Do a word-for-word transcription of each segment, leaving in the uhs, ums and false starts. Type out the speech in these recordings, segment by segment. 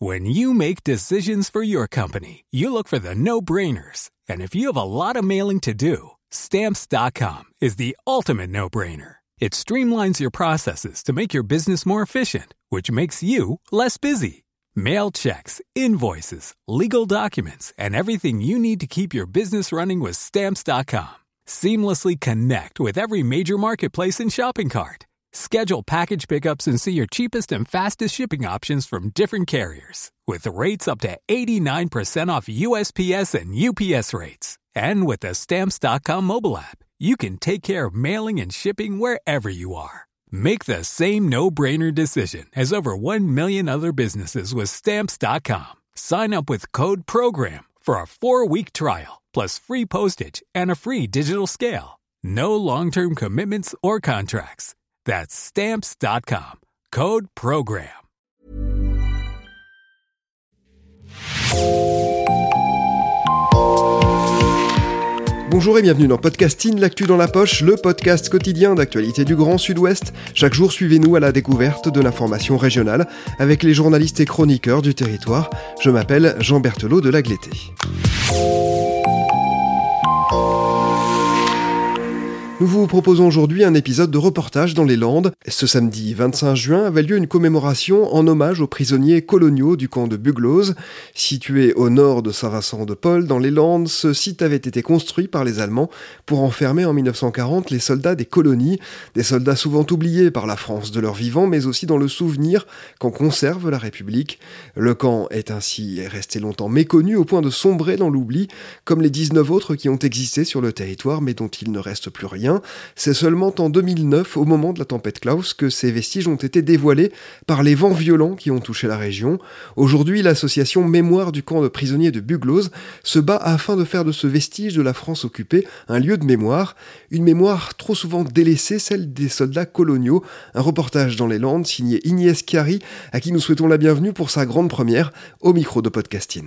When you make decisions for your company, you look for the no-brainers. And if you have a lot of mailing to do, Stamps dot com is the ultimate no-brainer. It streamlines your processes to make your business more efficient, which makes you less busy. Mail checks, invoices, legal documents, and everything you need to keep your business running with Stamps dot com. Seamlessly connect with every major marketplace and shopping cart. Schedule package pickups and see your cheapest and fastest shipping options from different carriers. With rates up to eighty-nine percent off U S P S and U P S rates. And with the Stamps dot com mobile app, you can take care of mailing and shipping wherever you are. Make the same no-brainer decision as over one million other businesses with Stamps dot com. Sign up with code PROGRAM for a four-week trial, plus free postage and a free digital scale. No long-term commitments or contracts. That's Stamps dot com. Code PROGRAM. Bonjour et bienvenue dans Podcasting, l'actu dans la poche, le podcast quotidien d'actualité du Grand Sud-Ouest. Chaque jour, suivez-nous à la découverte de l'information régionale avec les journalistes et chroniqueurs du territoire. Je m'appelle Jean Berthelot de Lagleté. Nous vous proposons aujourd'hui un épisode de reportage dans les Landes. Ce samedi vingt-cinq juin avait lieu une commémoration en hommage aux prisonniers coloniaux du camp de Bugloz. Situé au nord de Saint-Vincent-de-Paul, dans les Landes, ce site avait été construit par les Allemands pour enfermer en mille neuf cent quarante les soldats des colonies. Des soldats souvent oubliés par la France de leur vivant, mais aussi dans le souvenir qu'en conserve la République. Le camp est ainsi resté longtemps méconnu au point de sombrer dans l'oubli, comme les dix-neuf autres qui ont existé sur le territoire, mais dont il ne reste plus rien. C'est seulement en deux mille neuf, au moment de la tempête Klaus, que ces vestiges ont été dévoilés par les vents violents qui ont touché la région. Aujourd'hui, l'association Mémoire du camp de prisonniers de Bugloz se bat afin de faire de ce vestige de la France occupée un lieu de mémoire. Une mémoire trop souvent délaissée, celle des soldats coloniaux. Un reportage dans les Landes signé Ignès Chiari, à qui nous souhaitons la bienvenue pour sa grande première au micro de Podcasting.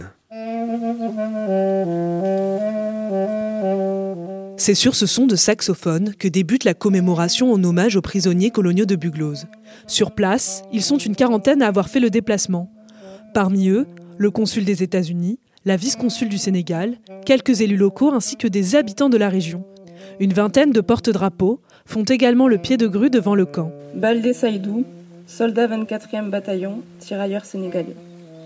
C'est sur ce son de saxophone que débute la commémoration en hommage aux prisonniers coloniaux de Bugloz. Sur place, ils sont une quarantaine à avoir fait le déplacement. Parmi eux, le consul des États-Unis, la vice-consul du Sénégal, quelques élus locaux ainsi que des habitants de la région. Une vingtaine de porte-drapeaux font également le pied de grue devant le camp. Baldé Saïdou, soldat vingt-quatrième bataillon, tirailleur sénégalais.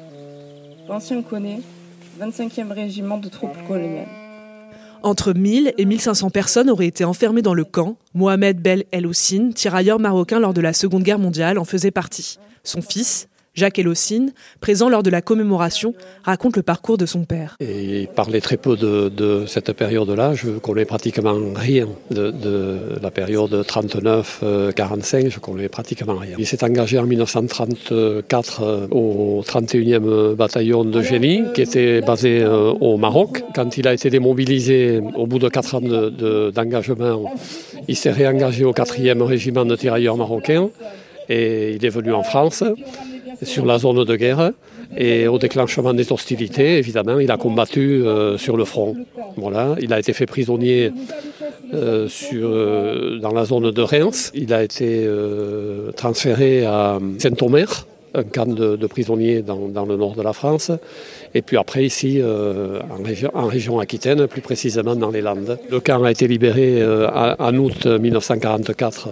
L'ancien Koné, vingt-cinquième régiment de troupes coloniales. Entre mille et mille cinq cents personnes auraient été enfermées dans le camp. Mohamed Bel El Houssine, tirailleur marocain lors de la Seconde Guerre mondiale, en faisait partie. Son fils, Jacques El Houssine, présent lors de la commémoration, raconte le parcours de son père. Et il parlait très peu de, de cette période-là. Je connais pratiquement rien de, de la période trente-neuf quarante-cinq. Je connais pratiquement rien. Il s'est engagé en mille neuf cent trente-quatre au trente et unième bataillon de génie, qui était basé au Maroc. Quand il a été démobilisé au bout de quatre ans de, de, d'engagement, il s'est réengagé au quatrième régiment de tirailleurs marocains et il est venu en France, sur la zone de guerre, et au déclenchement des hostilités, évidemment, il a combattu euh, sur le front. Voilà, il a été fait prisonnier euh, sur, euh, dans la zone de Reims. Il a été euh, transféré à Saint-Omer, un camp de, de prisonniers dans, dans le nord de la France, et puis après ici euh, en, région, en région Aquitaine, plus précisément dans les Landes. Le camp a été libéré euh, en août mille neuf cent quarante-quatre.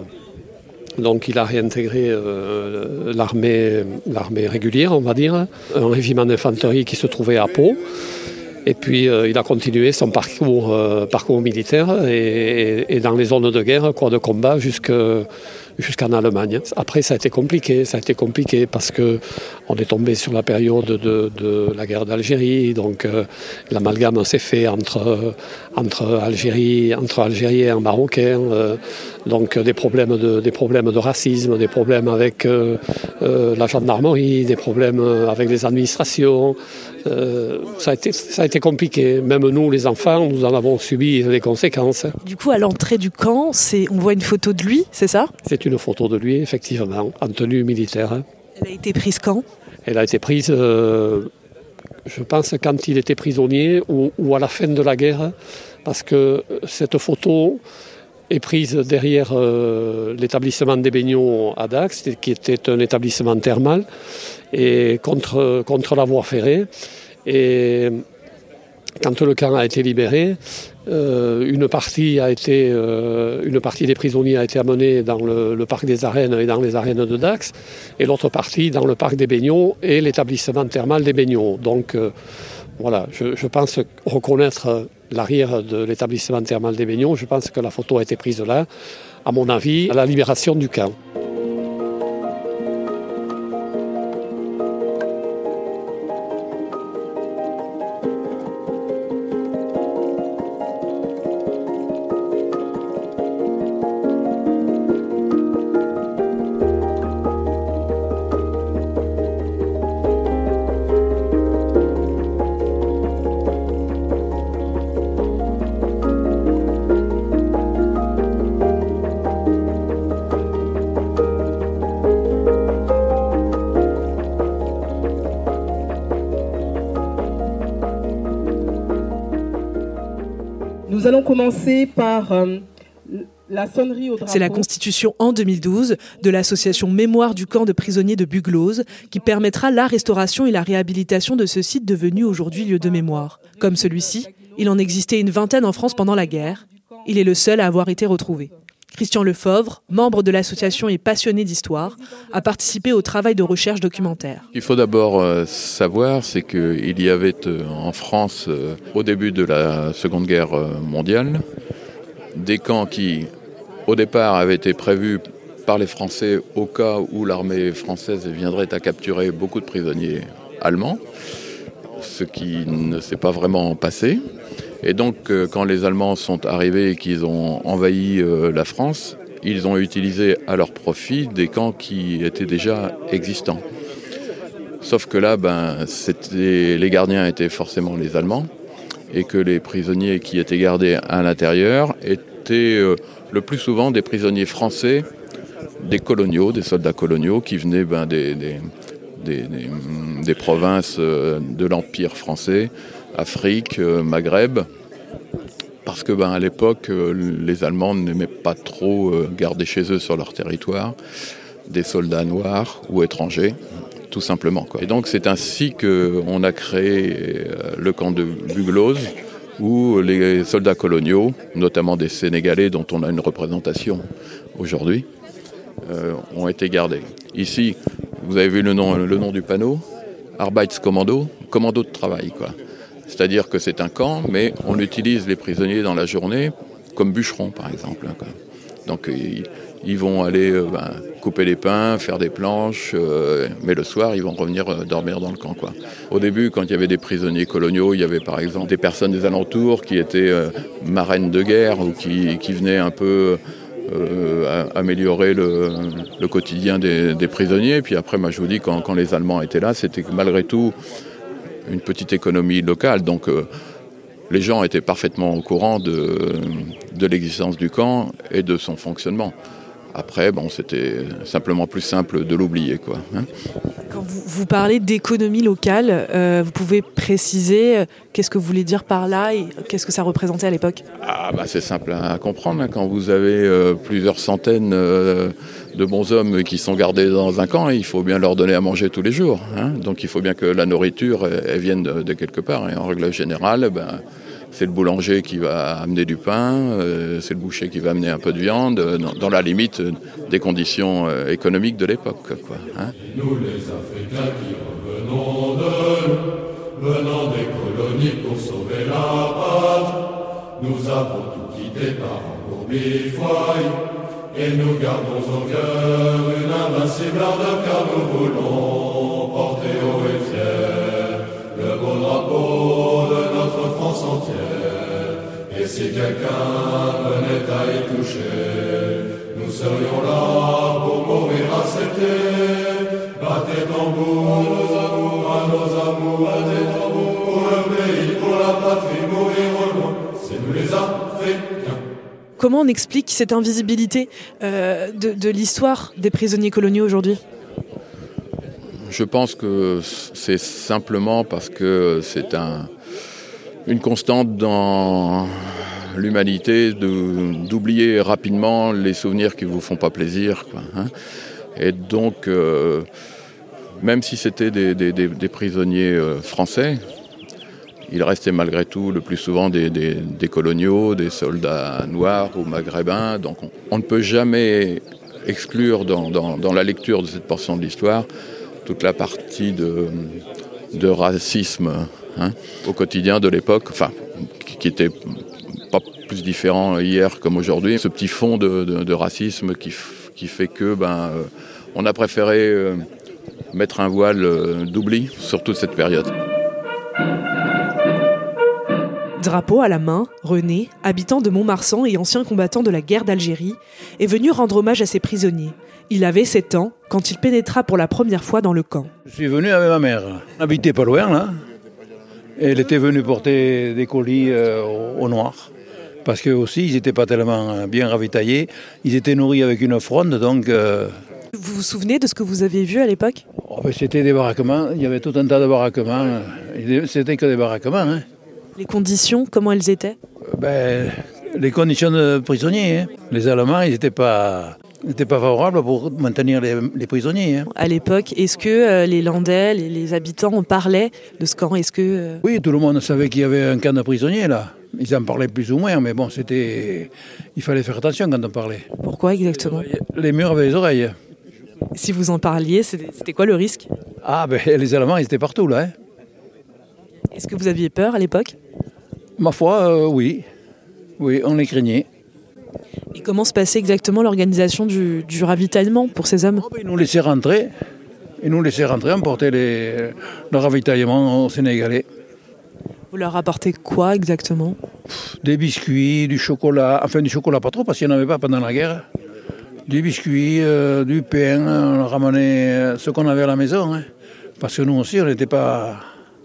Donc il a réintégré euh, l'armée, l'armée régulière, on va dire, un régiment d'infanterie qui se trouvait à Pau. Et puis euh, il a continué son parcours, euh, parcours militaire et, et, et dans les zones de guerre, quoi, de combat jusque, jusqu'en Allemagne. Après ça a été compliqué, ça a été compliqué parce que on est tombé sur la période de, de la guerre d'Algérie, donc euh, l'amalgame s'est fait entre, entre Algérie, entre Algériens et Marocains, euh, donc des problèmes de, des problèmes de racisme, des problèmes avec euh, euh, la gendarmerie, des problèmes avec les administrations. Euh, ça a été, ça a été compliqué. Même nous, les enfants, nous en avons subi les conséquences. Du coup, à l'entrée du camp, c'est, on voit une photo de lui, c'est ça ? C'est une photo de lui, effectivement, en tenue militaire. Elle a été prise quand ? Elle a été prise, euh, je pense, quand il était prisonnier ou, ou à la fin de la guerre, parce que cette photo, est prise derrière euh, l'établissement des Baignons à Dax, qui était un établissement thermal, et contre, contre la voie ferrée. Et quand le camp a été libéré, euh, une, partie a été, euh, une partie des prisonniers a été amenée dans le, le parc des Arènes et dans les arènes de Dax, et l'autre partie dans le parc des Baignons et l'établissement thermal des Baignons. Donc euh, voilà, je, je pense reconnaître l'arrière de l'établissement thermal des Baignons. Je pense que la photo a été prise là, à mon avis, à la libération du camp. Nous allons commencer par euh, la sonnerie au drapeau. C'est la constitution en deux mille douze de l'association Mémoire du camp de prisonniers de Bugloz qui permettra la restauration et la réhabilitation de ce site devenu aujourd'hui lieu de mémoire. Comme celui-ci, il en existait une vingtaine en France pendant la guerre. Il est le seul à avoir été retrouvé. Christian Lefovre, membre de l'association et passionné d'histoire, a participé au travail de recherche documentaire. Il faut d'abord euh, savoir, c'est qu'il y avait euh, en France, euh, au début de la Seconde Guerre mondiale, des camps qui, au départ, avaient été prévus par les Français au cas où l'armée française viendrait à capturer beaucoup de prisonniers allemands, ce qui ne s'est pas vraiment passé. Et donc, euh, quand les Allemands sont arrivés et qu'ils ont envahi euh, la France, ils ont utilisé à leur profit des camps qui étaient déjà existants. Sauf que là, ben, c'était, les gardiens étaient forcément les Allemands, et que les prisonniers qui étaient gardés à l'intérieur étaient euh, le plus souvent des prisonniers français, des coloniaux, des soldats coloniaux qui venaient ben, des, des, des, des, des provinces euh, de l'Empire français, Afrique, euh, Maghreb, parce que ben, à l'époque, euh, les Allemands n'aimaient pas trop euh, garder chez eux sur leur territoire des soldats noirs ou étrangers, tout simplement, quoi. Et donc c'est ainsi qu'on a créé euh, le camp de Bugloz, où les soldats coloniaux, notamment des Sénégalais dont on a une représentation aujourd'hui, euh, ont été gardés. Ici, vous avez vu le nom, le nom du panneau, Arbeitskommando, commando de travail, quoi. C'est-à-dire que c'est un camp, mais on utilise les prisonniers dans la journée comme bûcherons, par exemple, quoi. Donc ils, ils vont aller euh, ben, couper les pins, faire des planches, euh, mais le soir, ils vont revenir euh, dormir dans le camp, quoi. Au début, quand il y avait des prisonniers coloniaux, il y avait par exemple des personnes des alentours qui étaient euh, marraines de guerre ou qui, qui venaient un peu euh, améliorer le, le quotidien des, des prisonniers. Puis après, moi, je vous dis, quand, quand les Allemands étaient là, c'était malgré tout une petite économie locale. Donc euh, les gens étaient parfaitement au courant de, de l'existence du camp et de son fonctionnement. Après, bon, c'était simplement plus simple de l'oublier, quoi, hein. Quand vous, vous parlez d'économie locale, euh, vous pouvez préciser euh, qu'est-ce que vous voulez dire par là et qu'est-ce que ça représentait à l'époque ? Ah, bah, c'est simple à comprendre, hein. Quand vous avez euh, plusieurs centaines euh, de bons hommes qui sont gardés dans un camp, il faut bien leur donner à manger tous les jours, hein. Donc il faut bien que la nourriture elle, elle vienne de, de quelque part. Et en règle générale, ben, c'est le boulanger qui va amener du pain, euh, c'est le boucher qui va amener un peu de viande, euh, dans, dans la limite euh, des conditions euh, économiques de l'époque, quoi, hein. Nous les Africains qui revenons de nous, venant des colonies pour sauver la patrie, nous avons tout quitté par embourbifouaille, et nous gardons au cœur une invincible ardeur, car nous voulons porter haut et fier le beau drapeau de notre France entière. Et si quelqu'un venait à y toucher, nous serions là pour mourir acceptés. Battez tambour à nos amours, à nos amours, battez tambour pour le pays, pour la patrie, mourir au loin, c'est nous les Africains. Comment on explique cette invisibilité euh, de, de l'histoire des prisonniers coloniaux aujourd'hui ? Je pense que c'est simplement parce que c'est un, une constante dans l'humanité de, d'oublier rapidement les souvenirs qui ne vous font pas plaisir, quoi, hein. Et donc, euh, même si c'était des, des, des, des prisonniers euh, français, il restait malgré tout le plus souvent des, des, des coloniaux, des soldats noirs ou maghrébins. Donc on, on ne peut jamais exclure dans, dans, dans la lecture de cette portion de l'histoire toute la partie de, de racisme, hein, au quotidien de l'époque, enfin, qui, qui était pas plus différent hier comme aujourd'hui. Ce petit fond de, de, de racisme qui, qui fait que ben, euh, on a préféré euh, mettre un voile euh, d'oubli sur toute cette période. Drapeau à la main, René, habitant de Mont-Marsan et ancien combattant de la guerre d'Algérie, est venu rendre hommage à ses prisonniers. Il avait sept ans quand il pénétra pour la première fois dans le camp. Je suis venu avec ma mère. On habitait pas loin, là. Et elle était venue porter des colis euh, au, au noir. Parce qu'eux aussi, ils n'étaient pas tellement bien ravitaillés. Ils étaient nourris avec une fronde, donc... Euh... Vous vous souvenez de ce que vous aviez vu à l'époque ? Oh, ben, c'était des baraquements. Il y avait tout un tas de baraquements. C'était que des baraquements, hein. Les conditions, comment elles étaient ? Ben, les conditions de prisonniers. Hein. Les Allemands, ils n'étaient pas, pas favorables pour maintenir les, les prisonniers. Hein. À l'époque, est-ce que euh, les Landais, les, les habitants parlaient de ce camp ? Est-ce que, euh... Oui, tout le monde savait qu'il y avait un camp de prisonniers là. Ils en parlaient plus ou moins, mais bon, c'était, il fallait faire attention quand on parlait. Pourquoi exactement ? Les murs avaient les oreilles. Si vous en parliez, c'était, c'était quoi le risque ? Ah ben, les Allemands, ils étaient partout là. Hein. Est-ce que vous aviez peur à l'époque ? Ma foi, euh, oui. Oui, on les craignait. Et comment se passait exactement l'organisation du, du ravitaillement pour ces hommes ? Oh, ben, ils nous laissaient rentrer. Ils nous laissaient rentrer, emporter les, le ravitaillement au Sénégalais. Vous leur apportez quoi exactement ? Des biscuits, du chocolat. Enfin, du chocolat pas trop, parce qu'il n'y en avait pas pendant la guerre. Des biscuits, euh, du pain. On leur ramenait ce qu'on avait à la maison. Hein. Parce que nous aussi, on n'était pas...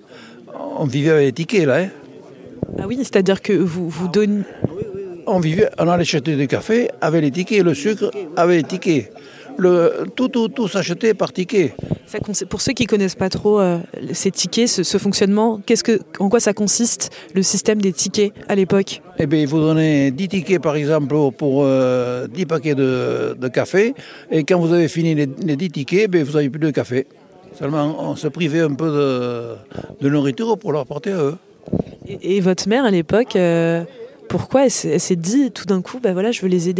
On vivait avec les tickets, là. Hein. Ah oui, c'est-à-dire que vous, vous donnez... On vivait, on allait acheter du café avec les tickets, le sucre avec les tickets. Le, tout, tout, tout s'achetait par ticket. Ça, pour ceux qui ne connaissent pas trop euh, ces tickets, ce, ce fonctionnement, qu'est-ce que, en quoi ça consiste, le système des tickets à l'époque ? Eh bien, il vous donnez dix tickets, par exemple, pour euh, dix paquets de, de café. Et quand vous avez fini les, les dix tickets, ben, vous n'avez plus de café. Seulement, on se privait un peu de, de nourriture pour leur porter à eux. Et, et votre mère, à l'époque, euh, pourquoi elle s'est, elle s'est dit tout d'un coup, ben voilà, je veux les aider ?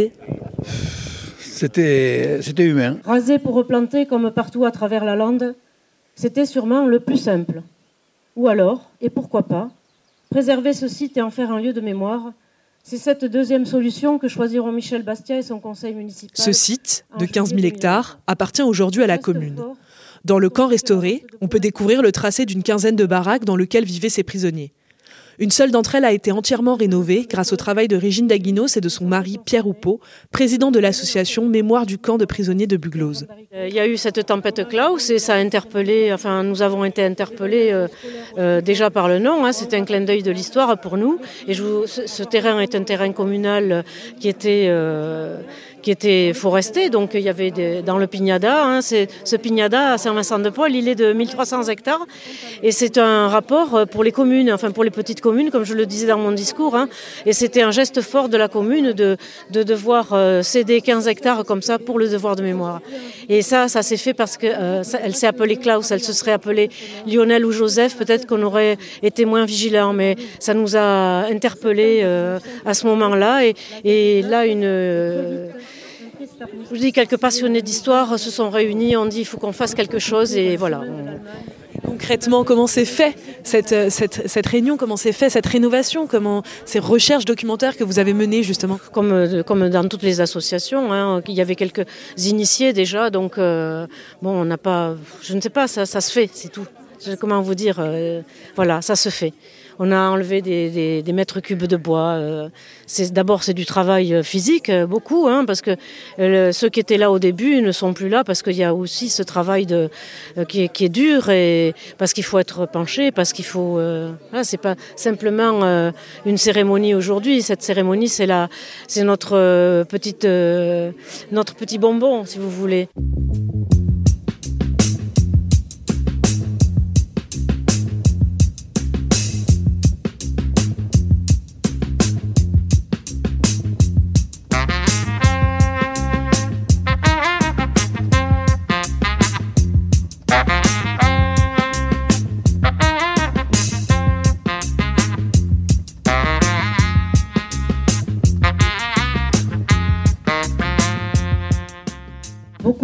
C'était, c'était humain. Raser pour replanter comme partout à travers la lande, c'était sûrement le plus simple. Ou alors, et pourquoi pas, préserver ce site et en faire un lieu de mémoire. C'est cette deuxième solution que choisiront Michel Bastia et son conseil municipal. Ce site, de quinze mille hectares, appartient aujourd'hui à la commune. Dans le camp restauré, on peut découvrir le tracé d'une quinzaine de baraques dans lesquelles vivaient ces prisonniers. Une seule d'entre elles a été entièrement rénovée grâce au travail de Régine Daguinos et de son mari Pierre Houpeau, président de l'association Mémoire du camp de prisonniers de Buglose. Il y a eu cette tempête Klaus et ça a interpellé, enfin nous avons été interpellés euh, euh, déjà par le nom, hein, c'est un clin d'œil de l'histoire pour nous. Et je vous, ce, ce terrain est un terrain communal qui était... Euh, qui était foresté, donc il y avait des, dans le Pignada, hein, c'est, ce Pignada à Saint-Vincent-de-Paul, il est de mille trois cents hectares, et c'est un rapport pour les communes, enfin pour les petites communes, comme je le disais dans mon discours, hein, et c'était un geste fort de la commune de, de devoir euh, céder quinze hectares comme ça pour le devoir de mémoire. Et ça, ça s'est fait parce qu'elle euh, s'est appelée Klaus, elle se serait appelée Lionel ou Joseph, peut-être qu'on aurait été moins vigilants, mais ça nous a interpellés euh, à ce moment-là, et, et là une... Euh, Je dis quelques passionnés d'histoire se sont réunis, on dit il faut qu'on fasse quelque chose et voilà. Concrètement, comment s'est fait cette, cette, cette réunion, comment s'est fait cette rénovation, comment ces recherches documentaires que vous avez menées justement ? Comme, comme dans toutes les associations, hein, il y avait quelques initiés déjà, donc euh, bon, on n'a pas, je ne sais pas, ça, ça se fait, c'est tout. Comment vous dire, euh, voilà, ça se fait. On a enlevé des, des, des mètres cubes de bois. Euh, c'est, d'abord, c'est du travail physique, beaucoup, hein, parce que euh, ceux qui étaient là au début ne sont plus là, parce qu'il y a aussi ce travail de, euh, qui, est, qui est dur, et parce qu'il faut être penché, parce qu'il faut... Euh, là, c'est pas simplement euh, une cérémonie aujourd'hui. Cette cérémonie, c'est, la, c'est notre, euh, petite, euh, notre petit bonbon, si vous voulez.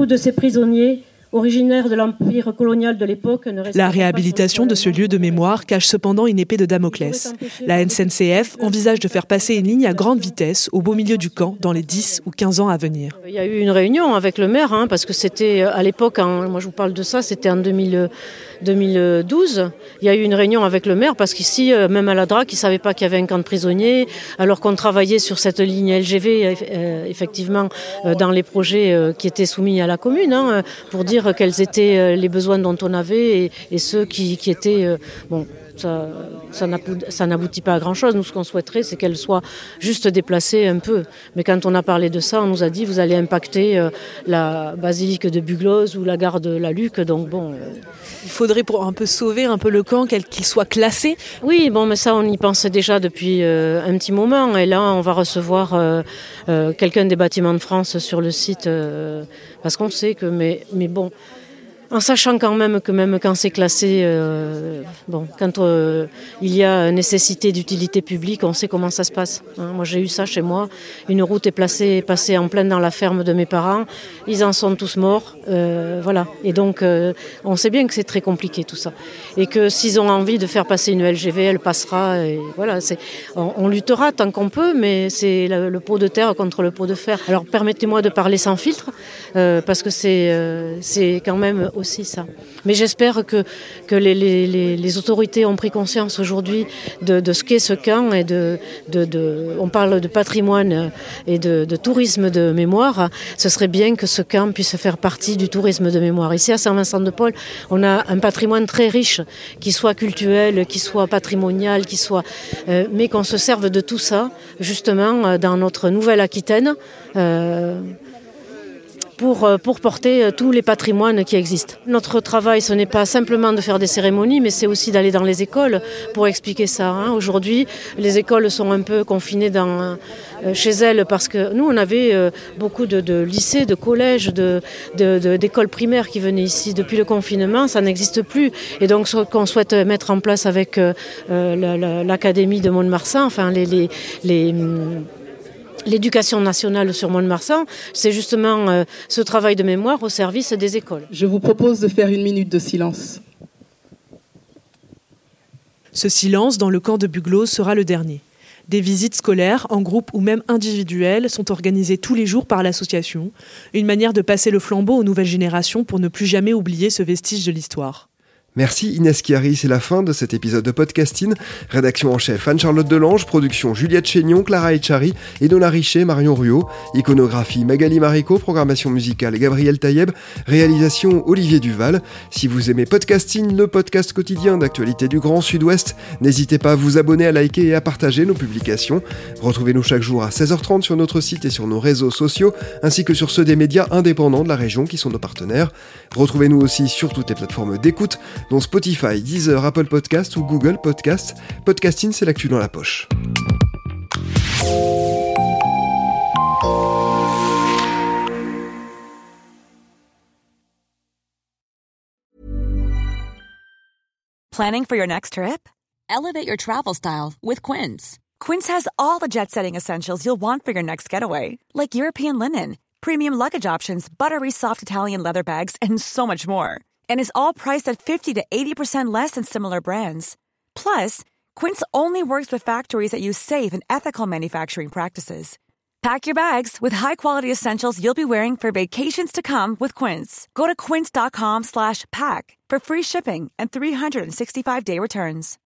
de ces prisonniers, originaires de l'empire colonial de l'époque, ne restaient La réhabilitation de ce lieu de mémoire cache cependant une épée de Damoclès. La S N C F envisage de faire passer une ligne à grande vitesse au beau milieu du camp dans les dix ou quinze ans à venir. Il y a eu une réunion avec le maire, hein, parce que c'était à l'époque, hein, moi je vous parle de ça, c'était en deux mille douze. Il y a eu une réunion avec le maire parce qu'ici, même à la Drac, ils ne savaient pas qu'il y avait un camp de prisonniers, alors qu'on travaillait sur cette ligne L G V, euh, effectivement, euh, dans les projets euh, qui étaient soumis à la commune, hein, pour dire quels étaient les besoins dont on avait et, et ceux qui, qui étaient... Euh, bon, ça, ça n'aboutit pas à grand-chose. Nous, ce qu'on souhaiterait, c'est qu'elle soit juste déplacée un peu. Mais quand on a parlé de ça, on nous a dit vous allez impacter euh, la basilique de Bugloz ou la gare de la Luc. Donc bon... Euh... Il faudrait pour un peu sauver un peu le camp, qu'il soit classé. Oui, bon, mais ça, on y pense déjà depuis euh, un petit moment. Et là, on va recevoir euh, euh, quelqu'un des Bâtiments de France sur le site, euh, parce qu'on sait que... Mais, mais bon... En sachant quand même que même quand c'est classé, euh, bon, quand euh, il y a nécessité d'utilité publique, on sait comment ça se passe. Hein. Moi, j'ai eu ça chez moi. Une route est placée, passée en plein dans la ferme de mes parents. Ils en sont tous morts. Euh, voilà. Et donc, euh, on sait bien que c'est très compliqué tout ça. Et que s'ils ont envie de faire passer une L G V, elle passera. Et voilà. C'est, on, on luttera tant qu'on peut, mais c'est le, le pot de terre contre le pot de fer. Alors, permettez-moi de parler sans filtre, euh, parce que c'est, euh, c'est quand même aussi ça. Mais j'espère que, que les, les, les autorités ont pris conscience aujourd'hui de, de ce qu'est ce camp et de, de, de, on parle de patrimoine et de, de tourisme de mémoire. Ce serait bien que ce camp puisse faire partie du tourisme de mémoire. Ici à Saint-Vincent-de-Paul, on a un patrimoine très riche, qui soit cultuel, qui soit patrimonial, qui soit, euh, mais qu'on se serve de tout ça justement dans notre Nouvelle-Aquitaine. Euh, Pour, pour porter tous les patrimoines qui existent. Notre travail, ce n'est pas simplement de faire des cérémonies, mais c'est aussi d'aller dans les écoles pour expliquer ça. Hein. Aujourd'hui, les écoles sont un peu confinées dans, euh, chez elles parce que nous, on avait euh, beaucoup de, de lycées, de collèges, de, de, de, d'écoles primaires qui venaient ici. Depuis le confinement, ça n'existe plus. Et donc, ce qu'on souhaite mettre en place avec euh, la, la, l'Académie de Mont-de-Marsan, enfin, les... les, les L'éducation nationale sur Mont-de-Marsan, c'est justement euh, ce travail de mémoire au service des écoles. Je vous propose de faire une minute de silence. Ce silence dans le camp de Bugloz sera le dernier. Des visites scolaires, en groupe ou même individuelles, sont organisées tous les jours par l'association. Une manière de passer le flambeau aux nouvelles générations pour ne plus jamais oublier ce vestige de l'histoire. Merci Inès Chiari, c'est la fin de cet épisode de Podcasting. Rédaction en chef Anne-Charlotte Delange, production Juliette Chénion, Clara Echari, Edona Richet, Marion Ruot, iconographie Magali Marico, programmation musicale Gabriel Taïeb, réalisation Olivier Duval. Si vous aimez Podcasting, le podcast quotidien d'actualité du Grand Sud-Ouest, n'hésitez pas à vous abonner, à liker et à partager nos publications. Retrouvez-nous chaque jour à seize heures trente sur notre site et sur nos réseaux sociaux, ainsi que sur ceux des médias indépendants de la région qui sont nos partenaires. Retrouvez-nous aussi sur toutes les plateformes d'écoute, dont Spotify, Deezer, Apple Podcasts ou Google Podcasts. Podcasting, c'est l'actu dans la poche. Planning for your next trip? Elevate your travel style with Quince. Quince has all the jet-setting essentials you'll want for your next getaway, like European linen, premium luggage options, buttery soft Italian leather bags, and so much more. And is all priced at fifty to eighty percent less than similar brands. Plus, Quince only works with factories that use safe and ethical manufacturing practices. Pack your bags with high-quality essentials you'll be wearing for vacations to come with Quince. Go to quince.com slash pack for free shipping and three sixty-five day returns.